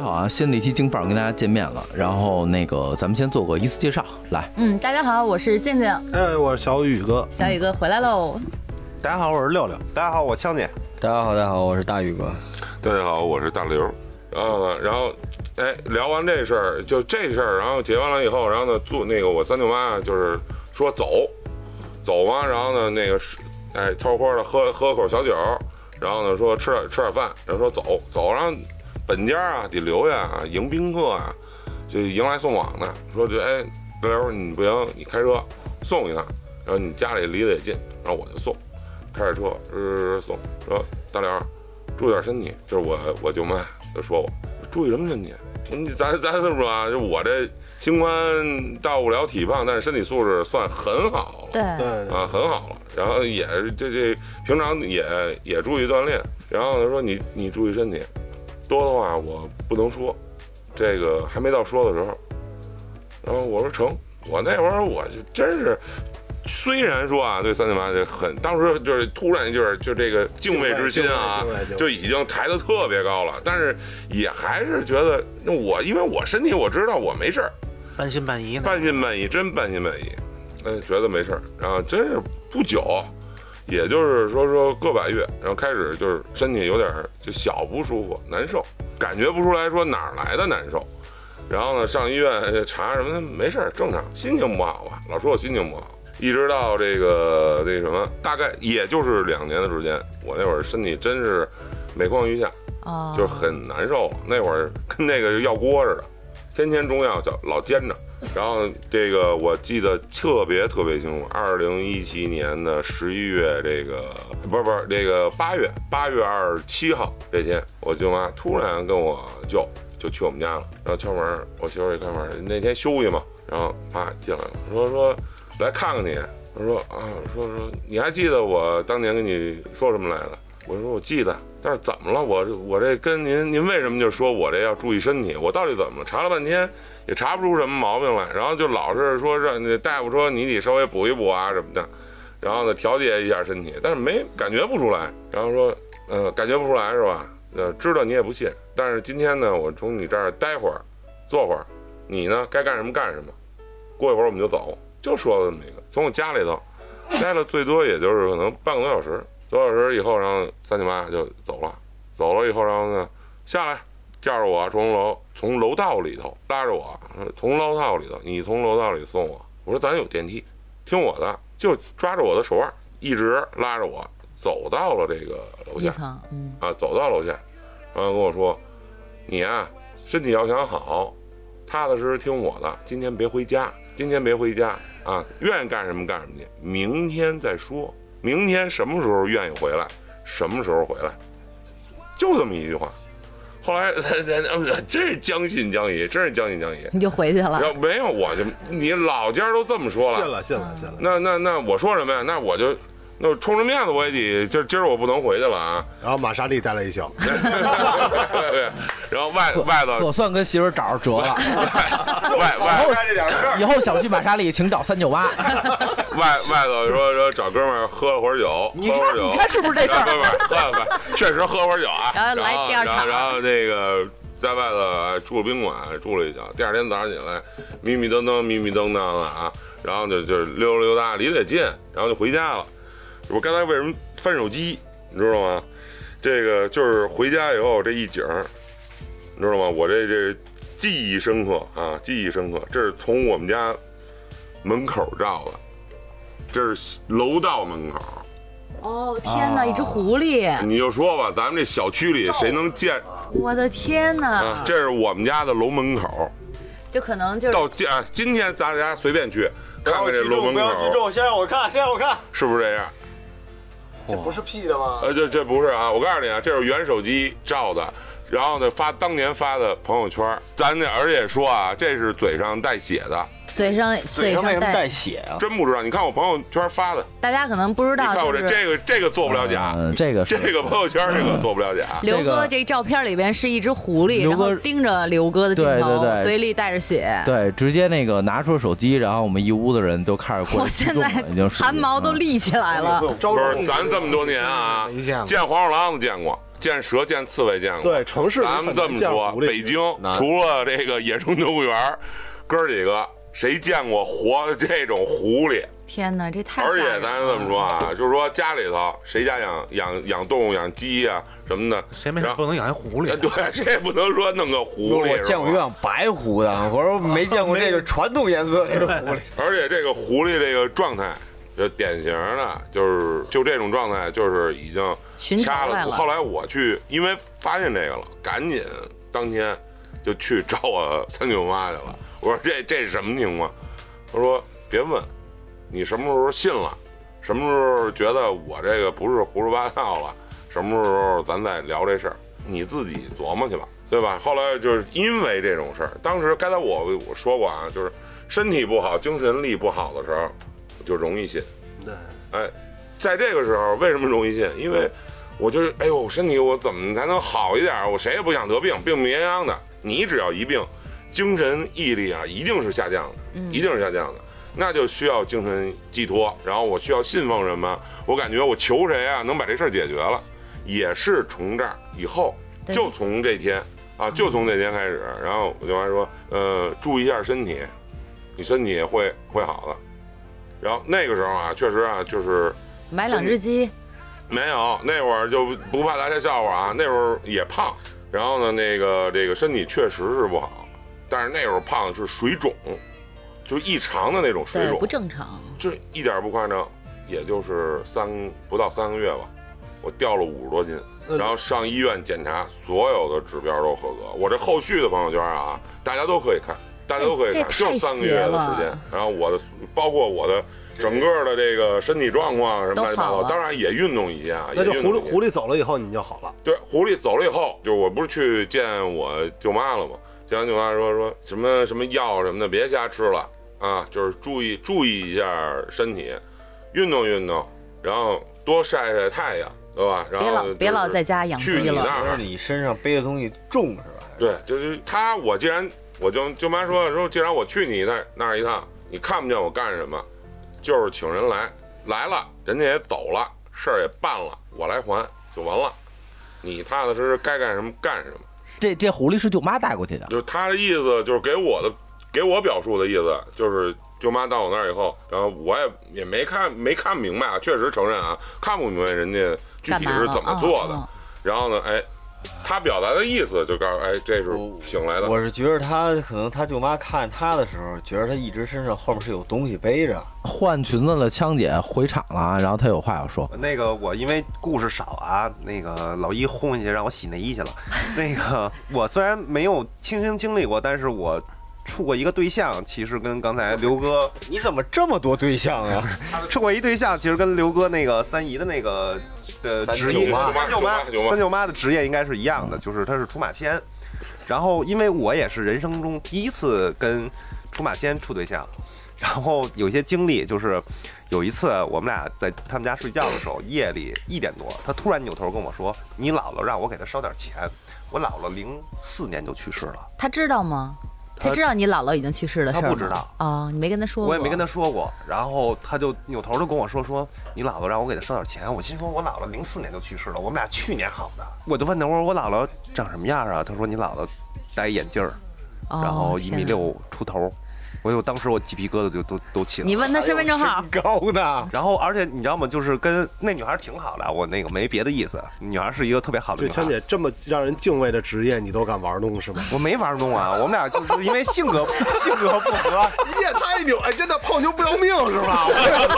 好啊，新的一期京范儿跟大家见面了。然后咱们先做个依次介绍，来。 大家好，我是静静。 我是小宇哥。 小宇哥回来喽。 大家好，我是六六。 大家好，我枪姐。 大家好，我是大宇哥。 大家好，我是大刘。然后聊完这事儿，就这事儿，然后结完了以后，然后呢，做我三舅妈就是说走嘛，然后呢凑合的喝口小酒，然后呢说吃点饭，然后说走，然后本家啊得留下啊，迎宾客啊，就迎来送往的，说大刘你不行，你开车送一趟，然后你家里离得也近，然后我就送，开着车送，说大刘注意点身体，就是我舅妈就说我注意什么身体？咱这么说啊，就我这新冠到不了体胖，但是身体素质算很好了， 对啊，很好了。然后也这平常也注意锻炼。然后他说你注意身体，多的话我不能说，这个还没到说的时候。然后我说成，我那会儿我就真是。虽然说啊，对三舅妈当时就是突然就这个敬畏之心啊，就已经抬得特别高了，但是也还是觉得因为我身体我知道我没事儿， 半信半疑， 真半信半疑，觉得没事儿，然后真是不久，也就是说个把月，然后开始就是身体有点就小不舒服，难受，感觉不出来说哪儿来的难受，然后呢上医院查什么的没事儿，正常，心情不好吧，老说我心情不好。一直到那什么，大概也就是2年的时间，我那会儿身体真是每况愈下，就很难受。那会儿跟那个药锅似的，天天中药老煎着。然后我记得特别清楚，2017年的11月不是8月27号这天，我舅妈突然跟我就去我们家了，然后敲门，我媳妇一开门，那天休息嘛，然后啪进来了，说来看看你。我说说你还记得我当年跟你说什么来了？我说我记得，但是怎么了？我这跟您为什么就说我这要注意身体？我到底怎么了？查了半天也查不出什么毛病来，然后就老是说让大夫说你得稍微补一补啊什么的，然后呢调节一下身体，但是没感觉不出来。然后说感觉不出来是吧？知道你也不信，但是今天呢我从你这儿待会儿，坐会儿，你呢该干什么干什么，过一会儿我们就走。就说了这么一个，从我家里头待了最多也就是可能半个多小时，多小时以后，然后三舅妈就走了以后，然后呢下来叫着我从楼道里头拉着我，从楼道里头，你从楼道里送我。我说咱有电梯，听我的，就抓着我的手腕，一直拉着我走到了这个楼下，走到楼下，然后跟我说，你啊身体要想好，踏踏实实听我的，今天别回家啊，愿意干什么干什么去，明天再说，明天什么时候愿意回来什么时候回来，就这么一句话。后来真是将信将疑， 你就回去了。 没有，你老家都这么说了， 信了。 那我说什么呀？那我就冲着面子我也得，今儿我不能回去了啊。 然后玛莎丽带来一笑， 对，然后外头可算跟媳妇找着辙了。 以后想去玛莎丽，请找398。 外头说找哥们儿喝了会儿酒， 你看是不是这事儿？ 不，确实喝会儿酒啊。 然后来第二场， 然后在外头住了宾馆，住了一觉。第二天早上起来，迷迷瞪瞪的啊，然后就溜达，离得也近，然后就回家了。我刚才为什么翻手机，你知道吗？这个就是回家以后这一景，你知道吗？我这记忆深刻啊，这是从我们家门口照的，这是楼道门口。 哦天哪，一只狐狸！ 你就说吧，咱们这小区里谁能见？ 我的天哪！ 这是我们家的楼门口， 就可能就是到今天大家随便去看看这楼门口。 不要聚众，先让我看， 是不是这样？ 这不是 P 的吗？ 这不是啊！我告诉你啊，这是原手机照的，然后呢当年发的朋友圈，而且说啊，这是嘴上带血的。 嘴上为什么带血啊？ 真不知道，你看我朋友圈发的， 大家可能不知道。 你看我这个做不了假，这个朋友圈这个做不了假。 刘哥这照片里边是一只狐狸，然后盯着刘哥的镜头， 对， 嘴里带着血。 对，直接拿出手机，然后我们一屋子人都开始过来。 我现在汗毛都立起来了。 不是，咱这么多年啊，见黄鼠狼都见过， 见蛇见刺猬见过。 对，城市咱们这么说，北京除了这个野生动物园，哥几个谁见过活这种狐狸？ 天哪，这太…… 而且咱这么说啊，就是说家里头谁家养动物养鸡呀什么的， 谁没事不能养一狐狸？ 对，谁也不能说弄个狐狸。 我见过养白狐的，我说没见过这个传统颜色这个狐狸。 而且这个狐狸这个状态，就典型的，就这种状态，就是已经掐了。后来我去，因为发现这个了，赶紧当天就去找我三舅妈去了。我说这是什么情况？我说别问，你什么时候信了，什么时候觉得我这个不是胡说八道了，什么时候咱再聊这事儿，你自己琢磨去吧，对吧？后来就是因为这种事儿，当时刚才我说过啊，就是身体不好、精神力不好的时候，就容易信。 对， 哎，在这个时候为什么容易信？因为我就是哎呦，身体我怎么才能好一点？我谁也不想得病，病病殃殃的。你只要一病，精神毅力啊一定是下降的，一定是下降的。那就需要精神寄托，然后我需要信奉什么？我感觉我求谁啊，能把这事儿解决了，也是从这儿以后，就从这天啊，就从这天开始。然后我就还说，注意一下身体，你身体会好的。然后那个时候啊，确实啊，就是买2只鸡， 没有，那会儿就不怕大家笑话啊，那会儿也胖，然后呢，这个身体确实是不好，但是那会儿胖的是水肿。就异常的那种水肿， 不正常， 就一点不夸张，也就是不到3个月吧，我掉了50多斤，然后上医院检查，所有的指标都合格。我这后续的朋友圈啊，大家都可以看，就3个月的时间，然后包括我的整个的这个身体状况什么乱七八糟，当然也运动一些啊。 那就狐狸走了以后你就好了。 对，狐狸走了以后，就是我不是去见我舅妈了吗？见完舅妈说什么药什么的别瞎吃了。啊，就是注意一下身体，运动运动，然后多晒晒太阳，对吧？然后别老在家养鸡了。 去你那儿， 你身上背的东西重是吧？ 对，就是我舅妈说，既然我去你那儿一趟，你看不见我干什么，就是请人来了，人家也走了，事儿也办了，我来还就完了，你踏踏实实该干什么干什么。 这狐狸是舅妈带过去的， 就是他的意思，就是给我表述的意思，就是舅妈到我那儿以后，然后我也没看明白啊，确实承认啊，看不明白人家具体是怎么做的。然后呢，哎，他表达的意思就告诉，哎，这是醒来的。 我是觉得可能他舅妈看他的时候，觉得他一直身上后面是有东西背着。 换裙子了，枪姐回场了，然后他有话要说。 那个我因为故事少啊，那个老一轰下去让我洗内衣去了。那个我虽然没有亲身经历过，但是我处过一个对象，其实跟刚才刘哥， 你怎么这么多对象啊？ 处过一对象，其实跟刘哥那个三姨的那个职业，三舅妈的职业应该是一样的，就是她是出马仙。然后因为我也是人生中第一次跟出马仙处对象，然后有一些经历，就是有一次我们俩在他们家睡觉的时候，夜里1点多，他突然扭头跟我说：“你姥姥让我给她烧点钱。”我姥姥04年就去世了， 他知道吗？他知道你姥姥已经去世了， 他不知道哦，你没跟他说过， 我也没跟他说过。然后他就扭头就跟我说你姥姥让我给他烧点钱。我心说我姥姥04年就去世了，我们俩去年好的。我就问他，我说我姥姥长什么样啊？他说你姥姥戴眼镜，然后1.6米出头。当时我鸡皮疙瘩都起了。 你问他身份证号， 高呢。 然后而且你知道吗？就是跟那女孩挺好的，我那个没别的意思。女孩是一个特别好的女孩。 强姐这么让人敬畏的职业，你都敢玩弄是吗？ 我没玩弄啊，我们俩就是因为性格不合。 你也太牛，哎，真的泡妞不要命是吧？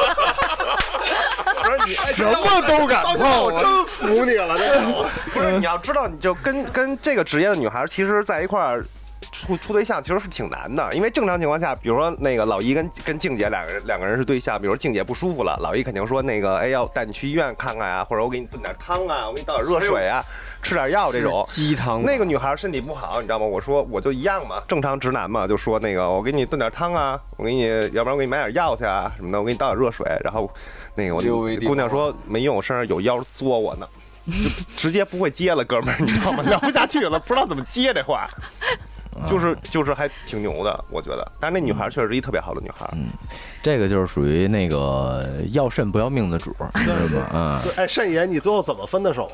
不是你什么都敢泡， 我真服你了。 不是你要知道，你就跟这个职业的女孩，其实在一块儿。处对象其实是挺难的，因为正常情况下，比如说那个老一跟静姐两个人是对象，比如静姐不舒服了，老一肯定说那个要带你去医院看看啊，或者我给你炖点汤啊，我给你倒点热水啊，吃点药这种鸡汤。 那个女孩身体不好，你知道吗？我说我就一样嘛，正常直男嘛，就说那个我给你炖点汤啊，我给你要不然我给你买点药去啊什么的，我给你倒点热水，然后那个我姑娘说没用，我身上有腰作我呢。就直接不会接了，哥们儿，你知道吗？聊不下去了，不知道怎么接这话。就是还挺牛的，我觉得。但是那女孩确实是一特别好的女孩。 这个就是属于那个要肾不要命的主，是吧？ 对，哎，单爷，你最后怎么分的手啊？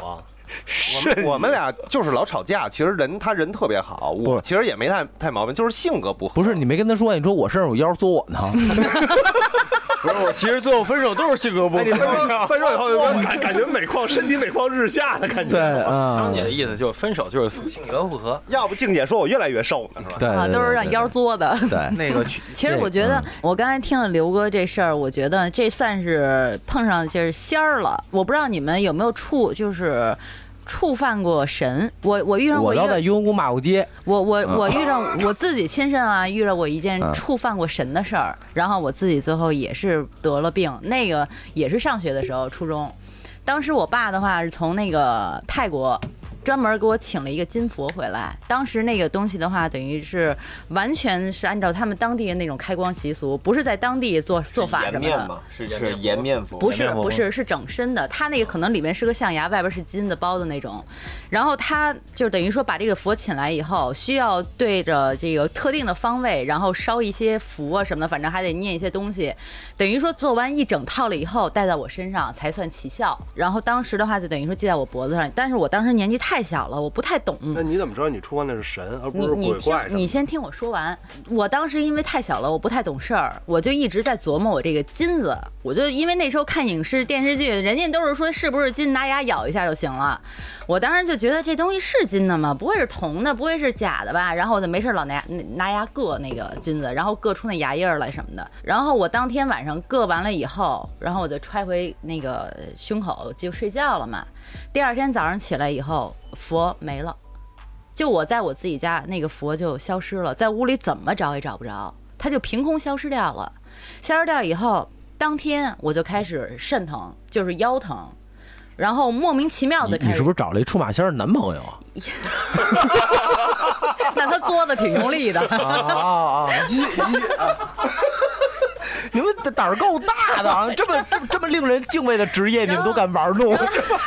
我们俩就是老吵架，其实他人特别好，我其实也没太毛病，就是性格不合。 不是你没跟他说，你说我身上有妖作我呢。 不是我，其实最后分手都是性格不合。 你分手以后有没有感觉身体每况日下的感觉？ 对， 强姐的意思就是分手就是性格不合。 要不静姐说我越来越瘦呢，是吧？ 对， 啊，都是让腰作的。 对， 那个其实我觉得，我刚才听了刘哥这事儿，我觉得这算是碰上就是仙儿了。我不知道你们有没有触犯过神。我遇上过一个， 我要在雍和宫骂过街。 我遇上我自己亲身啊，遇到过一件触犯过神的事儿，然后我自己最后也是得了病。那个也是上学的时候，初中，当时我爸的话是从那个泰国专门给我请了一个金佛回来。当时那个东西的话，等于是完全是按照他们当地的那种开光习俗，不是在当地做法什么的。 是颜面佛？ 不是，是整身的。它那个可能里面是个象牙，外边是金的包的那种。然后他就等于说把这个佛请来以后，需要对着这个特定的方位，然后烧一些符啊什么的，反正还得念一些东西。等于说做完一整套了以后，戴在我身上才算起效。然后当时的话就等于说系在我脖子上，但是我当时年纪太小了，我不太懂。 那你怎么知道你触犯的是神而不是鬼怪？ 你先听我说完。我当时因为太小了，我不太懂事儿，我就一直在琢磨我这个金子。我就因为那时候看影视电视剧，人家都是说是不是金，拿牙咬一下就行了。我当时就觉得这东西是金的吗？不会是铜的，不会是假的吧？然后我就没事老拿牙硌那个金子，然后硌出那牙印儿来什么的。然后我当天晚上硌完了以后，然后我就揣回那个胸口就睡觉了嘛。第二天早上起来以后，佛没了。就我在我自己家那个佛就消失了，在屋里怎么找也找不着，它就凭空消失掉了。消失掉以后，当天我就开始肾疼，就是腰疼，然后莫名其妙的开始。 你是不是找了一出马仙的男朋友啊？ 那他作的挺用力的。 你们胆儿够大的啊！这么令人敬畏的职业，你们都敢玩弄。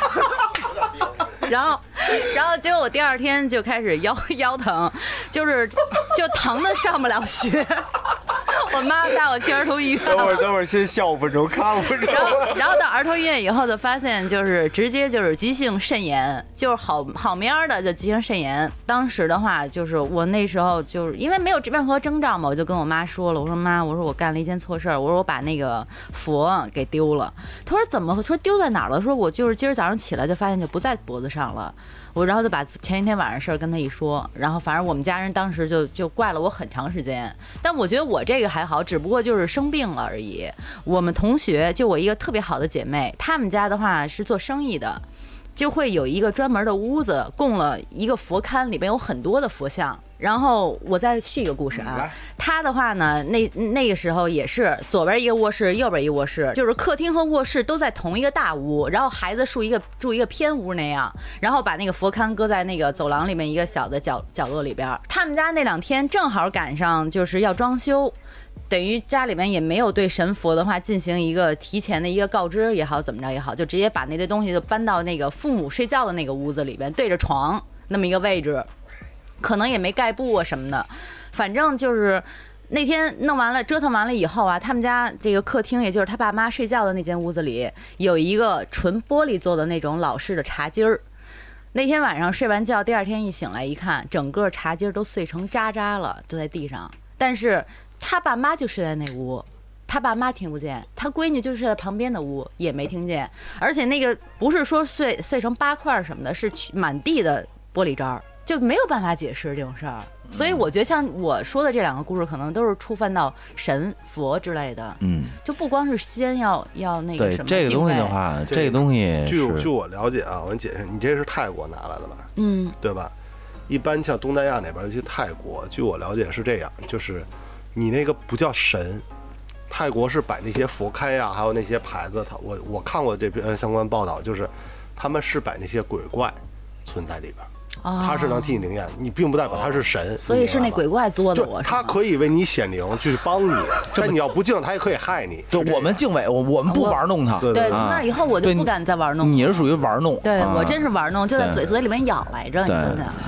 然后结果我第二天就开始腰疼，就疼的上不了学。我妈带我去儿童医院。 等会儿，先笑5分钟，看5分钟。 然后到儿童医院以后，就发现直接急性肾炎，就是好面的就急性肾炎。当时的话，就是我那时候就是因为没有任何征兆嘛，我就跟我妈说了，我说妈，我说我干了一件错事儿，我说我把那个佛给丢了。她说怎么说丢在哪儿了？说我就是今儿早上起来就发现就不在脖子上了。然后就把前一天晚上事儿跟他一说，然后反正我们家人当时就怪了我很长时间。但我觉得我这个还好，只不过就是生病了而已。我们同学就我一个特别好的姐妹，她们家的话是做生意的，就会有一个专门的屋子，供了一个佛龛，里面有很多的佛像。然后我再续一个故事啊，他的话呢，那个时候也是左边一个卧室，右边一个卧室，就是客厅和卧室都在同一个大屋，然后孩子住一个偏屋那样，然后把那个佛龛搁在那个走廊里面一个小的角落里边。他们家那2天正好赶上就是要装修。等于家里面也没有对神佛的话进行一个提前的一个告知也好，怎么着也好，就直接把那堆东西就搬到那个父母睡觉的那个屋子里边，对着床那么一个位置，可能也没盖布啊什么的，反正就是那天弄完了折腾完了以后啊，他们家这个客厅，也就是他爸妈睡觉的那间屋子里，有一个纯玻璃做的那种老式的茶几儿。那天晚上睡完觉，第二天一醒来一看，整个茶几都碎成渣渣了，就在地上。但是他爸妈就睡在那屋，他爸妈听不见，他闺女就睡在旁边的屋也没听见，而且那个不是说碎成8块什么的，是满地的玻璃渣，就没有办法解释这种事儿。所以我觉得像我说的这2个故事，可能都是触犯到神佛之类的，就不光是先要那个什么。 对这个东西的话，这个东西据我了解啊，我给你解释，你这是泰国拿来的吧？对吧？一般像东南亚那边，尤其泰国，据我了解是这样，就是你那个不叫神，泰国是摆那些佛龛呀，还有那些牌子，我看过这篇相关报道，就是他们是摆那些鬼怪存在里边。他是能替你灵验，你并不代表他是神， 所以是那鬼怪作的我。 他可以为你显灵，去帮你，但你要不敬，他也可以害你。 对，我们敬畏，我们不玩弄他。 对，从那以后我就不敢再玩弄。 你是属于玩弄， 对我真是玩弄，就在嘴里面咬来着，你想想。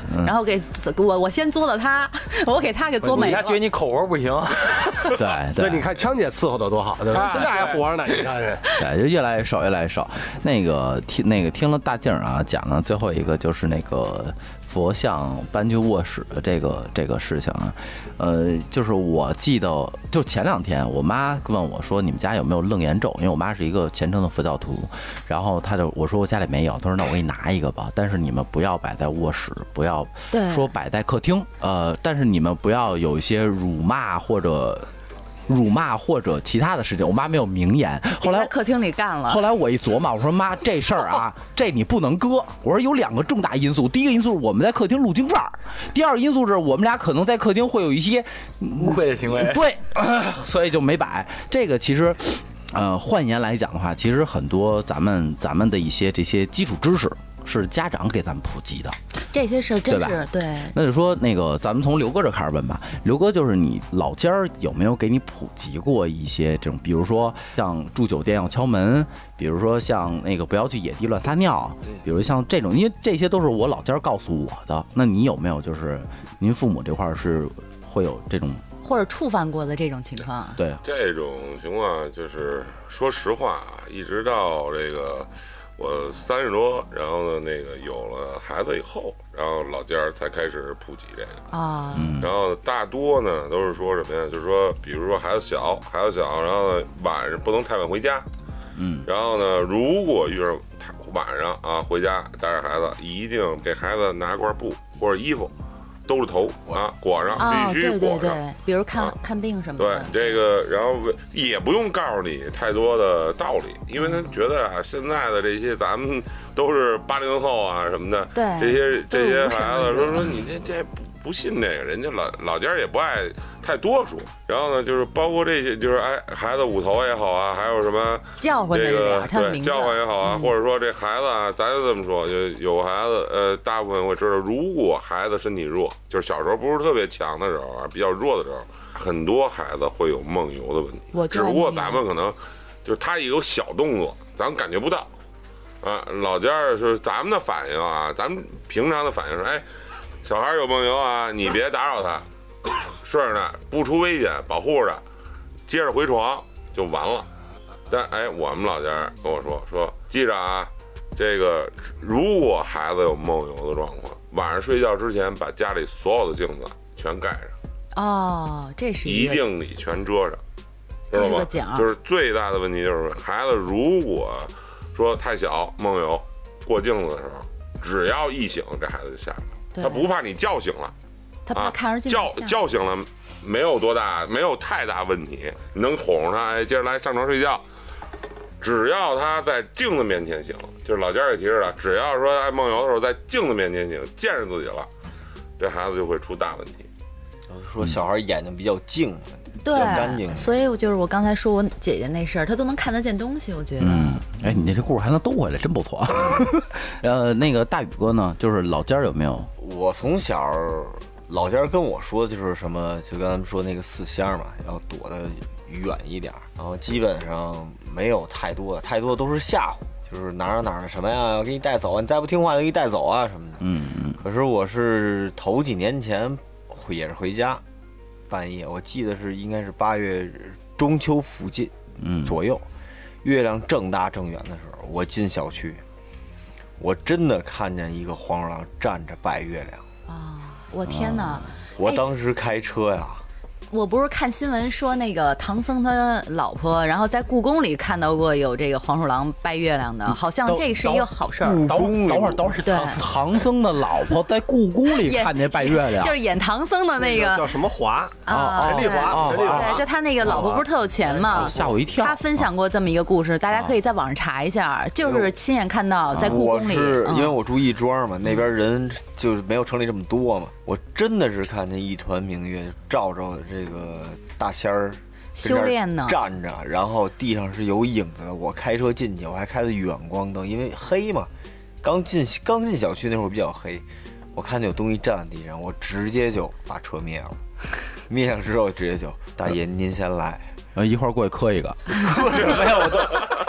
然后给我先作了他，我给他给作美了。 他觉得你口活不行。 对，你看枪姐伺候的多好，对吧？现在还活着呢，你看看。 对，就越来越少，越来越少。那个听了大静啊讲的最后一个就是那个佛像搬去卧室的这个事情啊，就是我记得就前2天我妈问我说你们家有没有楞严咒，因为我妈是一个虔诚的佛教徒，然后我说我家里没有，她说那我给你拿一个吧，但是你们不要摆在卧室，不要说摆在客厅，但是你们不要有一些辱骂或者其他的事情，我妈没有明言。后来在客厅里干了。 后来我一琢磨，我说妈，这事儿啊，这你不能搁。我说有2个重大因素，第一个因素是我们在客厅录京范儿，第2个因素是我们俩可能在客厅会有一些污秽的行为。 对，所以就没摆。这个其实，换言来讲的话，其实很多咱们的一些这些基础知识。是家长给咱们普及的， 这些事真是对。 那就说那个，咱们从刘哥这开始问吧。刘哥，就是你老家有没有给你普及过一些这种，比如说像住酒店要敲门，比如说像那个不要去野地乱撒尿，比如像这种，因为这些都是我老家告诉我的。那你有没有就是您父母这块是会有这种或者触犯过的这种情况？ 对， 这种情况就是说实话啊，一直到这个。我30多，然后呢，那个有了孩子以后，然后老家才开始普及这个啊。 然后大多呢都是说什么呀？就是说，比如说孩子小，然后呢晚上不能太晚回家。然后呢，如果遇上晚上啊回家带着孩子，一定给孩子拿块布或者衣服。兜着头啊，裹上，必须裹上。 对，比如看病什么的。对，这个，然后也不用告诉你太多的道理，因为他觉得啊，现在的这些咱们都是80后啊什么的， 对， 这些孩子说你这不信这个，人家老家也不爱太多说。然后呢，就是包括这些，就是孩子捂头也好啊，还有什么叫唤这个对叫唤也好啊，或者说这孩子啊，咱就这么说，就有孩子大部分会知道，如果孩子身体弱，就是小时候不是特别强的时候啊，比较弱的时候，很多孩子会有梦游的问题。只不过咱们可能就是他一有小动作，咱们感觉不到啊。老家是咱们的反应啊，咱们平常的反应是，小孩有梦游啊，你别打扰他，顺着呢，不出危险，保护着，接着回床就完了。但我们老家跟我说，记着啊，这个如果孩子有梦游的状况，晚上睡觉之前把家里所有的镜子全盖上。 哦，这是一定得全遮上，知道吗？就是最大的问题就是孩子如果说太小梦游过镜子的时候，只要一醒，这孩子就下来了。他不怕你叫醒了， 他怕看着镜子叫醒了，没有太大问题，你能哄着他，接着来上床睡觉。只要他在镜子面前醒，就是老家也提着了，只要说梦游的时候在镜子面前醒，见着自己了，这孩子就会出大问题。 说小孩眼睛比较净， 对， 比较干净， 所以就是我刚才说我姐姐那事儿，她都能看得见东西，我觉得。 你这故事还能兜回来，真不错。那个大宇哥呢，就是老家有没有？ 我从小老家跟我说的就是什么，就跟他们说那个4箱嘛，要躲得远一点，然后基本上没有太多的都是吓唬，就是哪儿的什么呀，要给你带走啊，你再不听话就给你带走啊什么的。可是我是头几年前也是回家，半夜我记得是应该是8月中秋附近左右，月亮正大正圆的时候，我进小区，我真的看见一个黄鼠狼站着拜月亮啊！我天哪！ 我当时开车呀。 我不是看新闻说那个唐僧他老婆，然后在故宫里看到过有这个黄鼠狼拜月亮的，好像这是一个好事儿。 等会儿，唐僧的老婆在故宫里看见拜月亮， 就是演唐僧的那个叫什么华啊？ 陈丽华， 对，就他那个老婆不是特有钱嘛， 吓我一跳。 他分享过这么一个故事，大家可以在网上查一下，就是亲眼看到在故宫里。 我是因为我住亦庄嘛，那边人就是没有城里这么多嘛，我真的是看见一团明月照着这个大仙儿修炼呢， 站着，然后地上是有影子的。我开车进去，我还开的远光灯，因为黑嘛，刚进小区那会儿比较黑，我看见有东西站在地上，我直接就把车灭了。灭上之后直接就大爷您先来， 一会儿过去磕一个。 磕什么呀？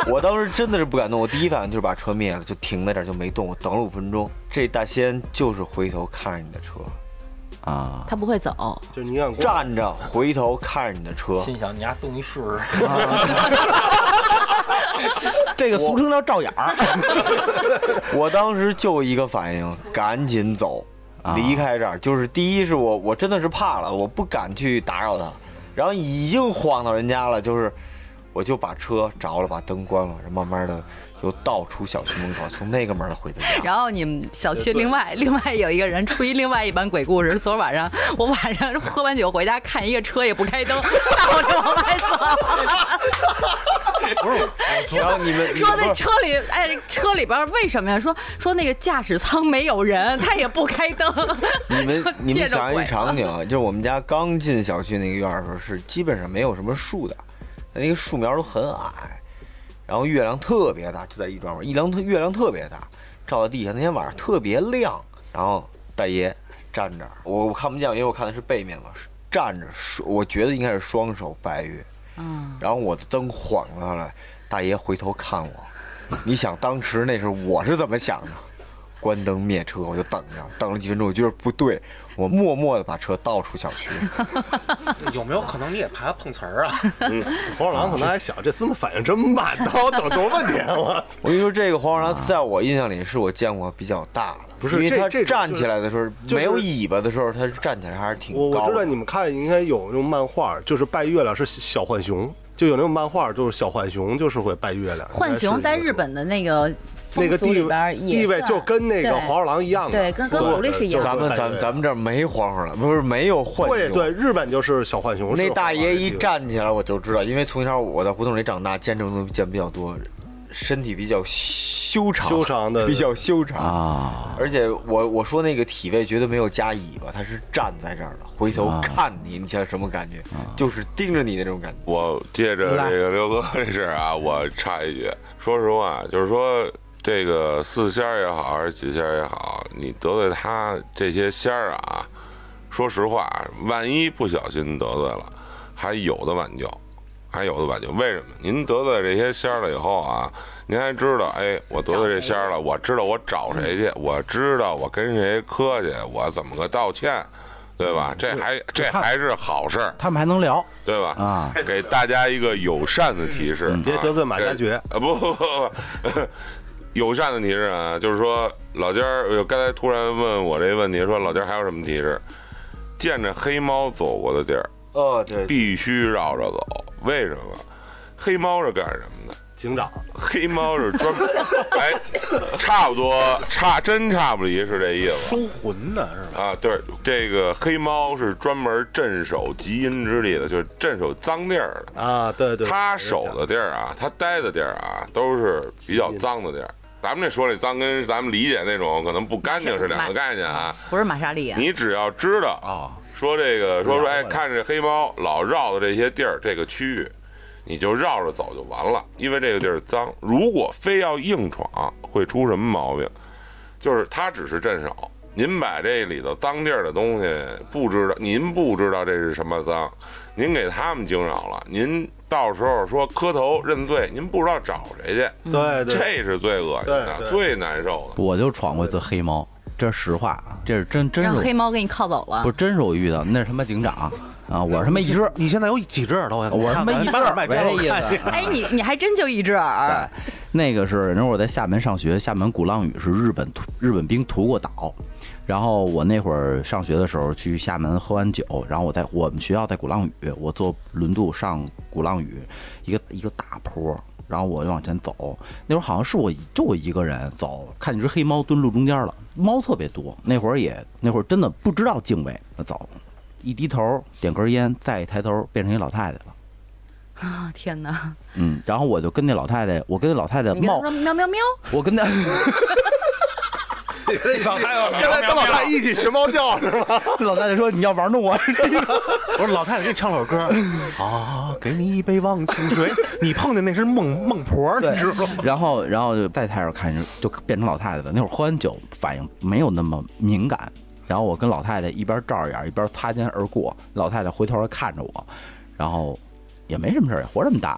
我当时真的是不敢动，我第一反应就是把车灭了，就停在这儿就没动。我等了5分钟，这大仙就是回头看着你的车， 啊， 他不会走， 就是你想站着回头看着你的车， 心想你丫动一试试。 这个俗称叫照眼儿。 我当时就一个反应，赶紧走，离开这儿。就是第一是我真的是怕了，我不敢去打扰他，然后已经晃到人家了，就是我就把车着了，把灯关了，慢慢的又倒出小区门口，从那个门回的家。 然后你们小区另外有一个人出另外一版鬼故事。昨晚上我晚上喝完酒回家，看一个车也不开灯，倒着往外走。 不是，然后你们说那车里，哎，车里边为什么呀？说那个驾驶舱没有人，他也不开灯。 你们想一场景，就是我们家刚进小区那个院的时候，是基本上没有什么树的，那个树苗都很矮，然后月亮特别大，就在一庄园，月亮特别大，照到地下。那天晚上特别亮，然后大爷站着，我看不见，因为我看的是背面嘛，站着，我觉得应该是双手拜月。然后我的灯晃过来，大爷回头看我，你想当时那时候我是怎么想的？关灯灭车，我就等了几分钟，我觉得不对，我默默的把车倒出小区。 有没有可能你也怕他碰瓷儿啊？ 黄鼠狼可能还想，这孙子反应真慢，等我等多半天我跟你说，这个黄鼠狼在我印象里是我见过比较大的， 不是因为它这站起来的时候没有尾巴的时候，它站起来还是挺高的。 我知道你们看应该有那种漫画，就是拜月亮是小浣熊，就有那种漫画，就是小浣熊就是会拜月亮。 浣熊在日本的那个地位就跟那个黄鼠狼一样的， 对，跟狐狸是一样的。 咱们这儿没黄鼠狼，不是没有浣熊。 对，日本就是小浣熊。 那大爷一站起来我就知道，因为从小我在胡同里长大，见这种东西见比较多，身体比较修长的， 比较修长啊。 而且我说那个体位绝对没有加尾巴，他是站在这儿的，回头看你，你想什么感觉？就是盯着你的这种感觉。 我接着这个刘哥这事儿啊，我插一句，说实话，就是说。这个四仙儿也好，还是几仙儿也好，你得罪他这些仙儿啊，说实话，万一不小心得罪了，还有的挽救，为什么？您得罪这些仙儿了以后啊，您还知道，哎，我得罪这仙儿了，我知道我找谁去，我知道我跟谁客气，我怎么个道歉。对吧？这还是好事儿， 他们还能聊， 对吧？ 啊， 给大家一个友善的提示， 别得罪马加爵啊！不，友善的提示啊，就是说老家儿，刚才突然问我这个问题，说老家还有什么提示？见着黑猫走过的地儿， 对， 必须绕着走。为什么？黑猫是干什么的？ 警长， 黑猫是专门，哎，差不多，真差不离是这意思。 收魂的是吧？ 啊，对，这个黑猫是专门镇守极阴之地的，就是镇守脏地儿的啊。对， 他守的地儿啊，他待的地儿啊，都是比较脏的地儿。咱们这说这脏跟咱们理解那种可能不干净是两个概念啊。 不是玛莎丽啊。 你只要知道啊，说这个说哎，看这黑猫老绕的这些地儿，这个区域。你就绕着走就完了，因为这个地儿脏。如果非要硬闯，会出什么毛病？就是它只是镇守，您把这里头脏地儿的东西您不知道这是什么脏，您给他们惊扰了，您到时候说磕头认罪，您不知道找谁去， 对， 这是最恶心的，最难受的。 我就闯过一次黑猫，这是实话啊，这是真让黑猫给你铐走了。 不是，真是我遇到，那是他妈警长。啊，我是他妈一只， 你现在有几只耳朵呀？ 我他妈一只耳，没意思。 哎，你还真就一只耳。 那个是那会儿我在厦门上学，厦门鼓浪屿是日本兵屠过岛，然后我那会儿上学的时候去厦门喝完酒，然后我们学校在鼓浪屿，我坐轮渡上鼓浪屿一个大坡，然后我就往前走，那会儿好像是我一个人走，看见只黑猫蹲路中间了，猫特别多，那会儿真的不知道敬畏，走。一低头点根烟，再一抬头变成一老太太了。 啊天哪！ 然后我就跟那老太太， 猫说喵喵喵， 我跟她， 跟老太太一起学猫叫是吗？ 老太太说你要玩弄我， 我说老太太给你唱首歌啊，给你一杯忘情水，你碰见那是孟婆，你知道吗？ 然后就再抬头看就变成老太太了。那会儿喝完酒反应没有那么敏感。然后我跟老太太一边照眼一边擦肩而过，老太太回头看着我，然后也没什么事儿，也活这么大了。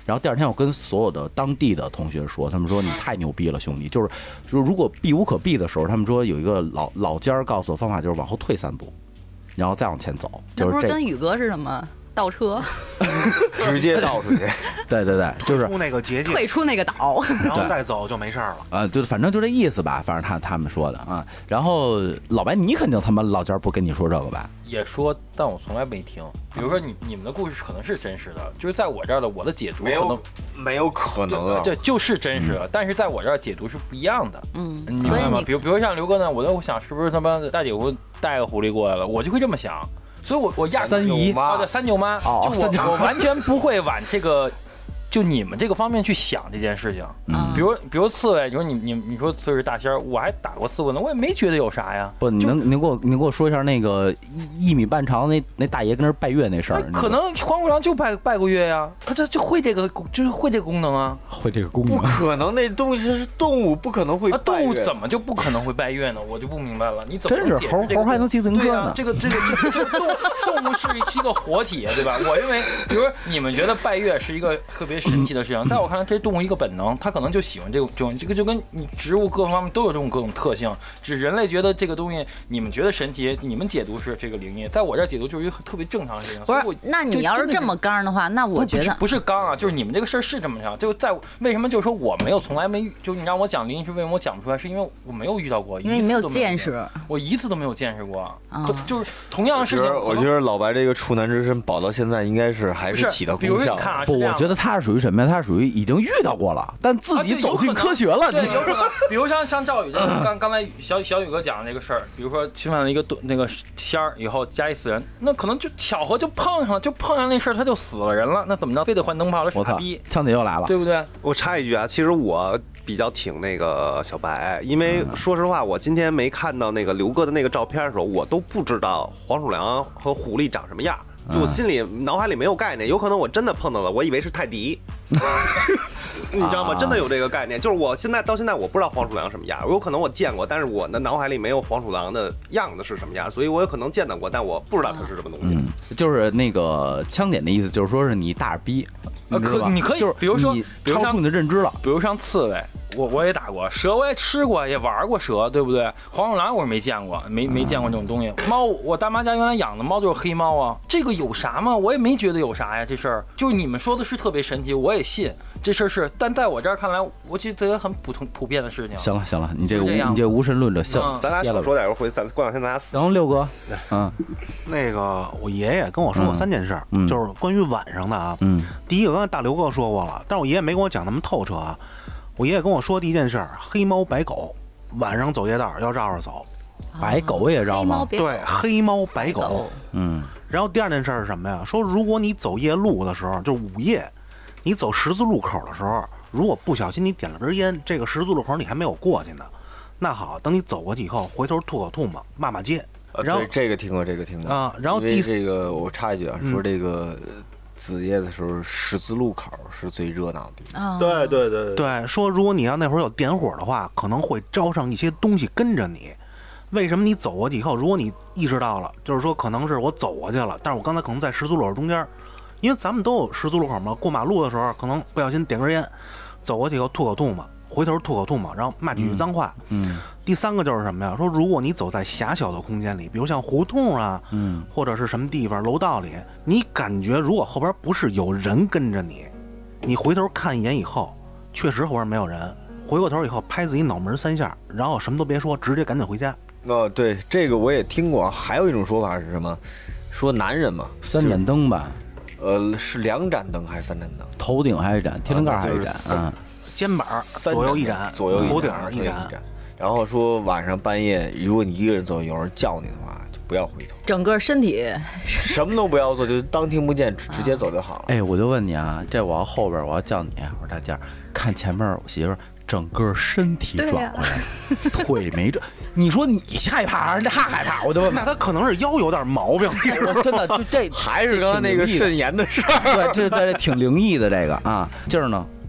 然后第二天我跟所有的当地的同学说，他们说你太牛逼了，兄弟，就是如果避无可避的时候，他们说有一个老尖儿告诉我方法，就是往后退3步，然后再往前走，就是那不是跟宇哥是什么？倒车， 直接倒出去。 对对对，就是出那个捷径， 退出那个岛， 然后再走就没事儿了。 就反正就这意思吧，反正他们说的啊。然后老白，你肯定他妈老家不跟你说这个吧？ 也说，但我从来没听。比如说你们的故事可能是真实的，就是在我这儿的我的解读没有可能啊， 对，就是真实的，但是在我这儿解读是不一样的。你明白吗？比如像刘哥呢，我都想是不是他妈大姐夫带个狐狸过来了，我就会这么想。所以我压三姨对三舅妈，就我完全不会往这个就你们这个方面去想这件事情。比如刺猬，你说你说刺猬是大仙儿，我还打过刺猬呢，我也没觉得有啥呀。 不，你给我说一下那个1米半长那大爷跟那拜月那事儿。 可能黄虎狼就拜过月呀，他这就会这个，就是会这个功能啊。 会这个功能？ 不可能，那东西是动物，不可能会拜月。 动物怎么就不可能会拜月呢？我就不明白了，你怎么真是猴还能骑自行车呢？ 这个动物是一个活体，对吧？我认为，比如你们觉得拜月是一个特别神奇的事情，在我看来，这动物一个本能，它可能就喜欢这个就跟你植物各方面都有这种各种特性，只是人类觉得这个东西你们觉得神奇，你们解读是这个灵异，在我这解读就是一个特别正常的事情。 不是，那你要是这么刚的话，那我觉得不是刚啊，就是你们这个事儿是这么讲，就在为什么就是说我没有从来没就你让我讲灵异是为什么我讲不出来，是因为我没有遇到过， 因为你没有见识， 我一次都没有见识过。就是同样的事情， 我觉得老白这个处男之身保到现在应该是还是起到功效。 不，我觉得他是属于什么呀？他是属于已经遇到过了，但自己走进科学了。 对，有可能。比如像赵宇刚才小宇哥讲的那个事儿，比如说侵犯了一个那个仙儿以后家里死人，那可能就巧合就碰上那事儿，他就死了人了，那怎么着非得换灯泡了？傻逼， 枪姐又来了， 对不对？ 我插一句啊，其实我比较挺那个小白，因为说实话，我今天没看到那个刘哥的那个照片的时候，我都不知道黄鼠狼和狐狸长什么样。就我心里脑海里没有概念，有可能我真的碰到了，我以为是泰迪，你知道吗？真的有这个概念，就是我到现在我不知道黄鼠狼什么样，有可能我见过，但是我的脑海里没有黄鼠狼的样子是什么样，所以我有可能见到过，但我不知道它是什么东西。 就是那个枪点的意思，就是说是你大耳逼， 你可以， 就是比如说超出你的认知了， 比如像刺猬。我也打过蛇，我也吃过，也玩过蛇，对不对？黄鼠狼我是没见过，没见过这种东西。猫，我大妈家原来养的猫就是黑猫啊，这个有啥吗？我也没觉得有啥呀，这事儿就是你们说的是特别神奇，我也信这事儿是，但在我这儿看来，我觉得很普遍的事情。 行了，你这无神论者行， 咱俩少说点，回咱过两天咱俩死。 然后六哥， 那个我爷爷跟我说过3件事，就是关于晚上的啊。第一个刚才大刘哥说过了，但是我爷爷没跟我讲那么透彻啊。我爷爷跟我说第一件事，黑猫白狗晚上走夜道要绕着走， 白狗也绕吗？ 对，黑猫白狗。然后第二件事是什么呀？说如果你走夜路的时候，就是午夜，你走十字路口的时候，如果不小心你点了根烟，这个十字路口你还没有过去呢，那好，等你走过去以后，回头吐口唾沫骂街。然后这个听过啊。然后这个我插一句啊，说这个。子夜的时候，十字路口是最热闹的地方。 对，说如果你要那会儿有点火的话，可能会招上一些东西跟着你。为什么你走过去以后，如果你意识到了，就是说可能是我走过去了，但是我刚才可能在十字路口中间，因为咱们都有十字路口嘛，过马路的时候可能不小心点根烟，走过去以后吐口唾沫，回头吐口唾沫，然后骂几句脏话。第三个就是什么呀？说如果你走在狭小的空间里，比如像胡同啊，或者是什么地方楼道里，你感觉如果后边不是有人跟着你，你回头看一眼以后，确实后边没有人，回过头以后拍自己脑门3下，然后什么都别说，直接赶紧回家。 对，这个我也听过。还有一种说法是什么？说男人嘛 ，3盏灯吧， 是2盏灯还是3盏灯？ 头顶还有一盏，天灵盖还有一盏， 肩膀左右一盏， 左右头顶一盏。 然后说晚上半夜，如果你一个人走，有人叫你的话，就不要回头， 整个身体什么都不要做，就当听不见，直接走就好了。 哎，我就问你啊，这我要后边我要叫你，我说大家看前面我媳妇整个身体转过来，腿没转，你说你害怕还是他害怕？我就问， 那他可能是腰有点毛病， 真的就这还是刚才那个肾炎的事儿， 对，这挺灵异的这个啊，劲儿呢。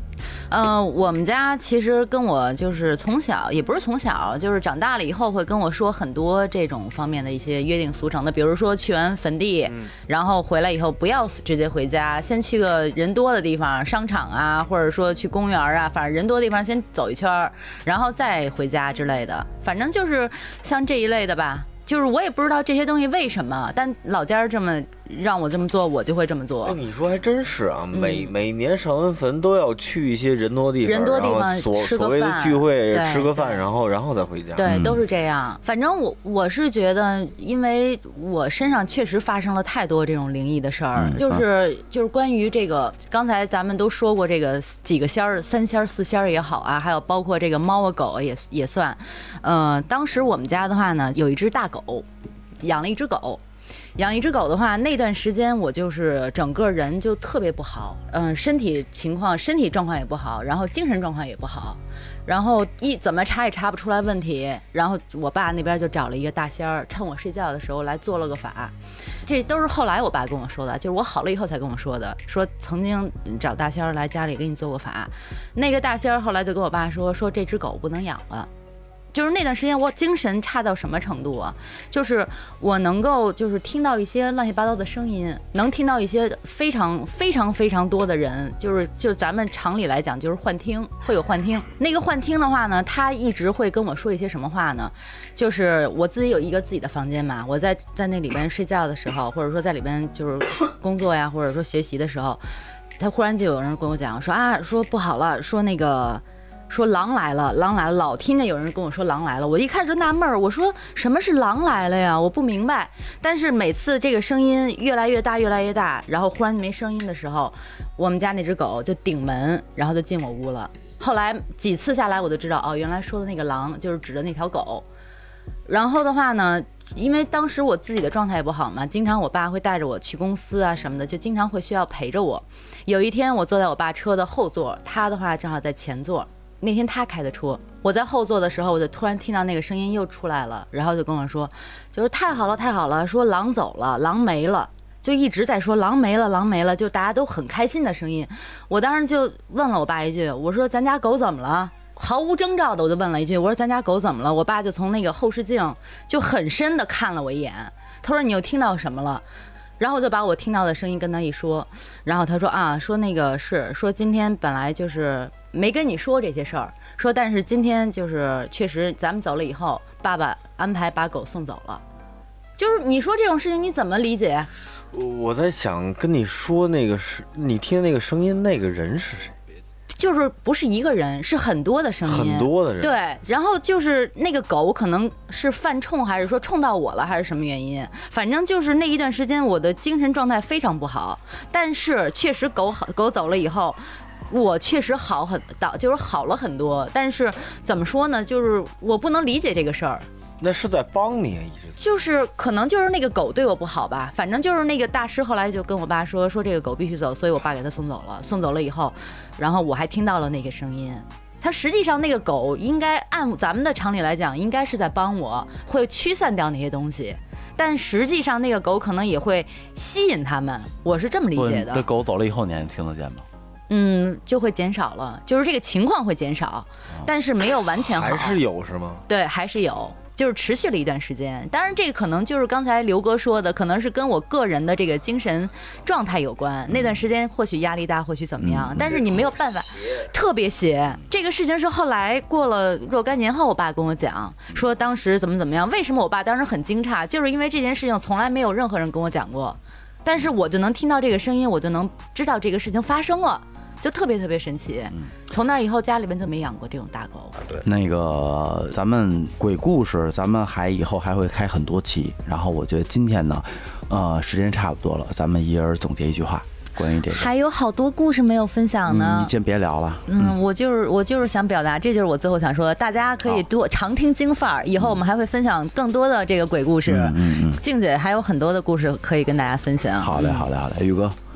我们家其实跟我就是从小，也不是从小，就是长大了以后会跟我说很多这种方面的一些约定俗成的，比如说去完坟地，然后回来以后不要直接回家，先去个人多的地方，商场啊，或者说去公园啊，反正人多的地方先走一圈，然后再回家之类的，反正就是像这一类的吧。就是我也不知道这些东西为什么，但老家这么让我这么做，我就会这么做。 哎，你说还真是啊，每年上完坟都要去一些人多地方，所谓的聚会吃个饭，然后再回家。 对，都是这样。反正我是觉得，因为我身上确实发生了太多这种灵异的事儿，就是关于这个，刚才咱们都说过这个几个仙儿，三仙儿四仙儿也好啊，还有包括这个猫啊狗也算。当时我们家的话呢，有一只大狗。养了一只狗的话，那段时间我就是整个人就特别不好，身体状况也不好，然后精神状况也不好，然后怎么查也查不出来问题，然后我爸那边就找了一个大仙儿，趁我睡觉的时候来做了个法，这都是后来我爸跟我说的，就是我好了以后才跟我说的，说曾经找大仙儿来家里给你做过法，那个大仙儿后来就跟我爸说这只狗不能养了。就是那段时间我精神差到什么程度啊，就是我能够就是听到一些乱七八糟的声音，能听到一些非常非常非常多的人，就咱们常理来讲就是幻听，会有幻听。那个幻听的话呢，他一直会跟我说一些什么话呢，就是我自己有一个自己的房间嘛，我在那里边睡觉的时候，或者说在里边就是工作呀，或者说学习的时候，他忽然就有人跟我讲说不好了，说狼来了，老听见有人跟我说狼来了，我一开始就纳闷儿，我说什么是狼来了呀？我不明白。但是每次这个声音越来越大，然后忽然没声音的时候，我们家那只狗就顶门，然后就进我屋了。后来几次下来，我就知道原来说的那个狼就是指的那条狗。然后的话呢，因为当时我自己的状态也不好嘛，经常我爸会带着我去公司啊什么的，就经常会需要陪着我。有一天我坐在我爸车的后座，他的话正好在前座。那天他开的车，我在后座的时候，我就突然听到那个声音又出来了，然后就跟我说，就是太好了，说狼走了，狼没了，就一直在说狼没了，就大家都很开心的声音。我当时就问了我爸一句，我说咱家狗怎么了？毫无征兆的我就问了一句，我说咱家狗怎么了？我爸就从那个后视镜就很深的看了我一眼，他说你又听到什么了？然后我就把我听到的声音跟他一说，然后他说说那个说今天本来就是没跟你说这些事儿，说但是今天就是确实咱们走了以后，爸爸安排把狗送走了。就是你说这种事情你怎么理解？ 我在想跟你说那个是你听那个声音，那个人是谁？ 就是不是一个人，是很多的声音， 很多的人。 对，然后就是那个狗可能是犯冲，还是说冲到我了，还是什么原因？反正就是那一段时间我的精神状态非常不好，但是确实狗走了以后，我确实就是好了很多。但是怎么说呢？就是我不能理解这个事儿。 那是在帮你，一直就是可能就是那个狗对我不好吧，反正就是那个大师后来就跟我爸说这个狗必须走，所以我爸给他送走了。送走了以后，然后我还听到了那个声音。他实际上那个狗应该按咱们的常理来讲，应该是在帮我，会驱散掉那些东西。但实际上那个狗可能也会吸引他们，我是这么理解的。 这狗走了以后，你还听得见吗？ 就会减少了，就是这个情况会减少，但是没有完全好。 还是有是吗？ 对，还是有。就是持续了一段时间，当然这个可能就是刚才刘哥说的，可能是跟我个人的这个精神状态有关。那段时间或许压力大，或许怎么样，但是你没有办法，特别邪。这个事情是后来过了若干年后，我爸跟我讲说当时怎么样。为什么我爸当时很惊诧？就是因为这件事情从来没有任何人跟我讲过，但是我就能听到这个声音，我就能知道这个事情发生了。就特别特别神奇，从那以后家里面就没养过这种大狗。 对， 那个咱们鬼故事，咱们以后还会开很多期。然后我觉得今天呢，时间差不多了，咱们一人总结一句话，关于这个。 还有好多故事没有分享呢。 你先别聊了。 我就是想表达，这就是我最后想说的，大家可以多常听京范儿，以后我们还会分享更多的这个鬼故事。静姐还有很多的故事可以跟大家分享。 好嘞，宇哥。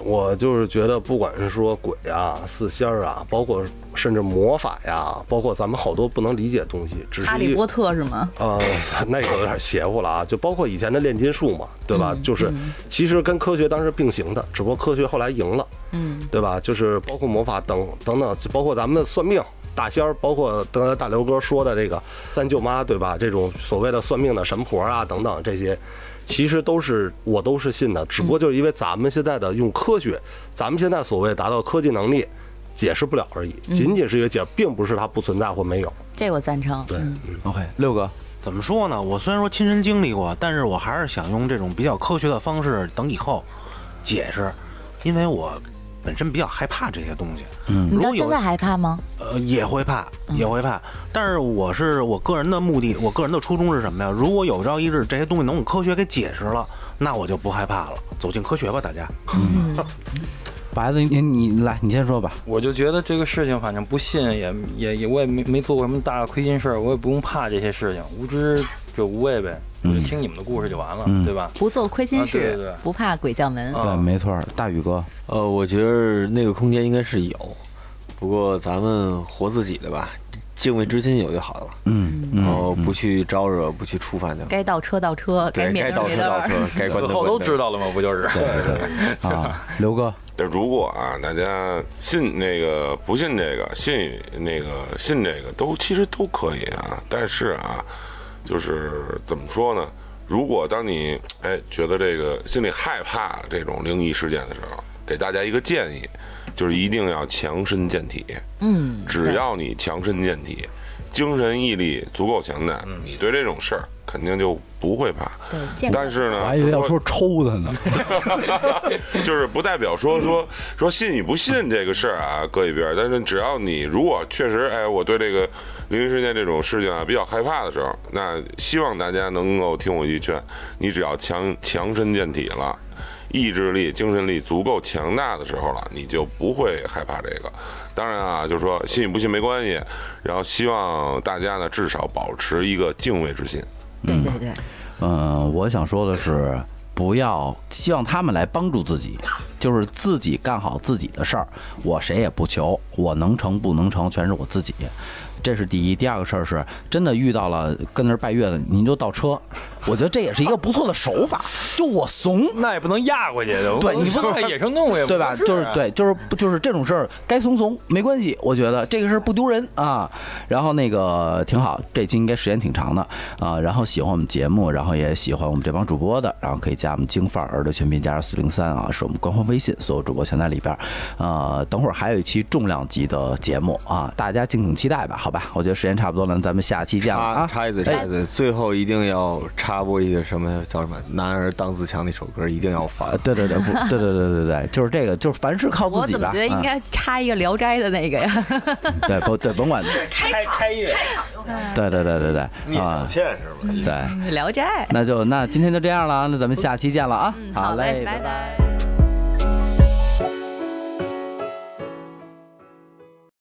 我就是觉得，不管是说鬼啊、四仙儿啊，包括甚至魔法呀，包括咱们好多不能理解的东西，只是哈利波特是吗？ 那个有点邪乎了啊！就包括以前的炼金术嘛，对吧？就是其实跟科学当时并行的，只不过科学后来赢了，对吧？就是包括魔法等等，包括咱们的算命。大仙儿，包括刚才大刘哥说的这个三舅妈，对吧？这种所谓的算命的神婆啊，等等这些，其实我都是信的。只不过就是因为咱们现在的用科学，咱们现在所谓达到科技能力，解释不了而已。仅仅是一个解释，并不是它不存在或没有。 这我赞成。 对 ，OK，六哥怎么说呢？我虽然说亲身经历过，但是我还是想用这种比较科学的方式等以后解释，因为我本身比较害怕这些东西。 你到现在害怕吗？ 也会怕，也会怕。但是我个人的目的，我个人的初衷是什么呀？如果有朝一日这些东西能用科学给解释了，那我就不害怕了。走进科学吧，大家。 白子，你来，你先说吧。 我就觉得这个事情，反正不信也我也没做过什么大的亏心事儿，我也不用怕这些事情，无知者无畏呗。我就听你们的故事就完了，对吧？ 不做亏心事， 对， 不怕鬼叫门。 对，没错。大宇哥， 我觉得那个空间应该是有，不过咱们活自己的吧，敬畏之心有就好了。然后不去招惹，不去触犯就。 该倒车倒车，该灭灯灭灯， 该关灯。 死后都知道了吗？不就是？ 对啊，刘哥。 如果啊，大家信那个不信这个，信那个信这个其实都可以啊。但是啊，就是怎么说呢？如果当你觉得这个心里害怕这种灵异事件的时候，给大家一个建议，就是一定要强身健体。只要你强身健体，精神毅力足够强大，你对这种事儿肯定就不会怕。 对， 但是呢， 我还以为要说抽他呢， 就是不代表说信与不信这个事儿啊搁一边。但是只要你如果确实我对这个灵异事件这种事情啊比较害怕的时候，那希望大家能够听我一劝，你只要强身健体了，意志力、精神力足够强大的时候了，你就不会害怕这个。当然啊，就是说信与不信没关系，然后希望大家呢至少保持一个敬畏之心。 对对对。 我想说的是，不要希望他们来帮助自己，就是自己干好自己的事儿。我谁也不求，我能成不能成全是我自己。这是第一。第二个事儿是，真的遇到了跟那儿拜月的，您就倒车。我觉得这也是一个不错的手法。就我怂， 那也不能压过去的。 对，你不能野生动物， 对吧？就是这种事儿，该怂没关系。我觉得这个事儿不丢人啊。然后那个挺好，这期应该时间挺长的啊。然后喜欢我们节目，然后也喜欢我们这帮主播的，然后可以加我们京范儿的全拼加上403啊，是我们官方微信，所有主播全在里边。等会儿还有一期重量级的节目啊，大家敬请期待吧。好吧，我觉得时间差不多了，咱们下期见了啊！ 插一嘴，最后一定要插播一个什么叫什么“男儿当自强”那首歌，一定要放。 对，就是这个，就是凡事靠自己吧。 我怎么觉得应该插一个《聊斋》的那个呀？ 对，甭管开业。 对啊，欠是吧？ 对， 《聊斋》。 那今天就这样了，那咱们下期见了啊！ 好嘞，拜拜。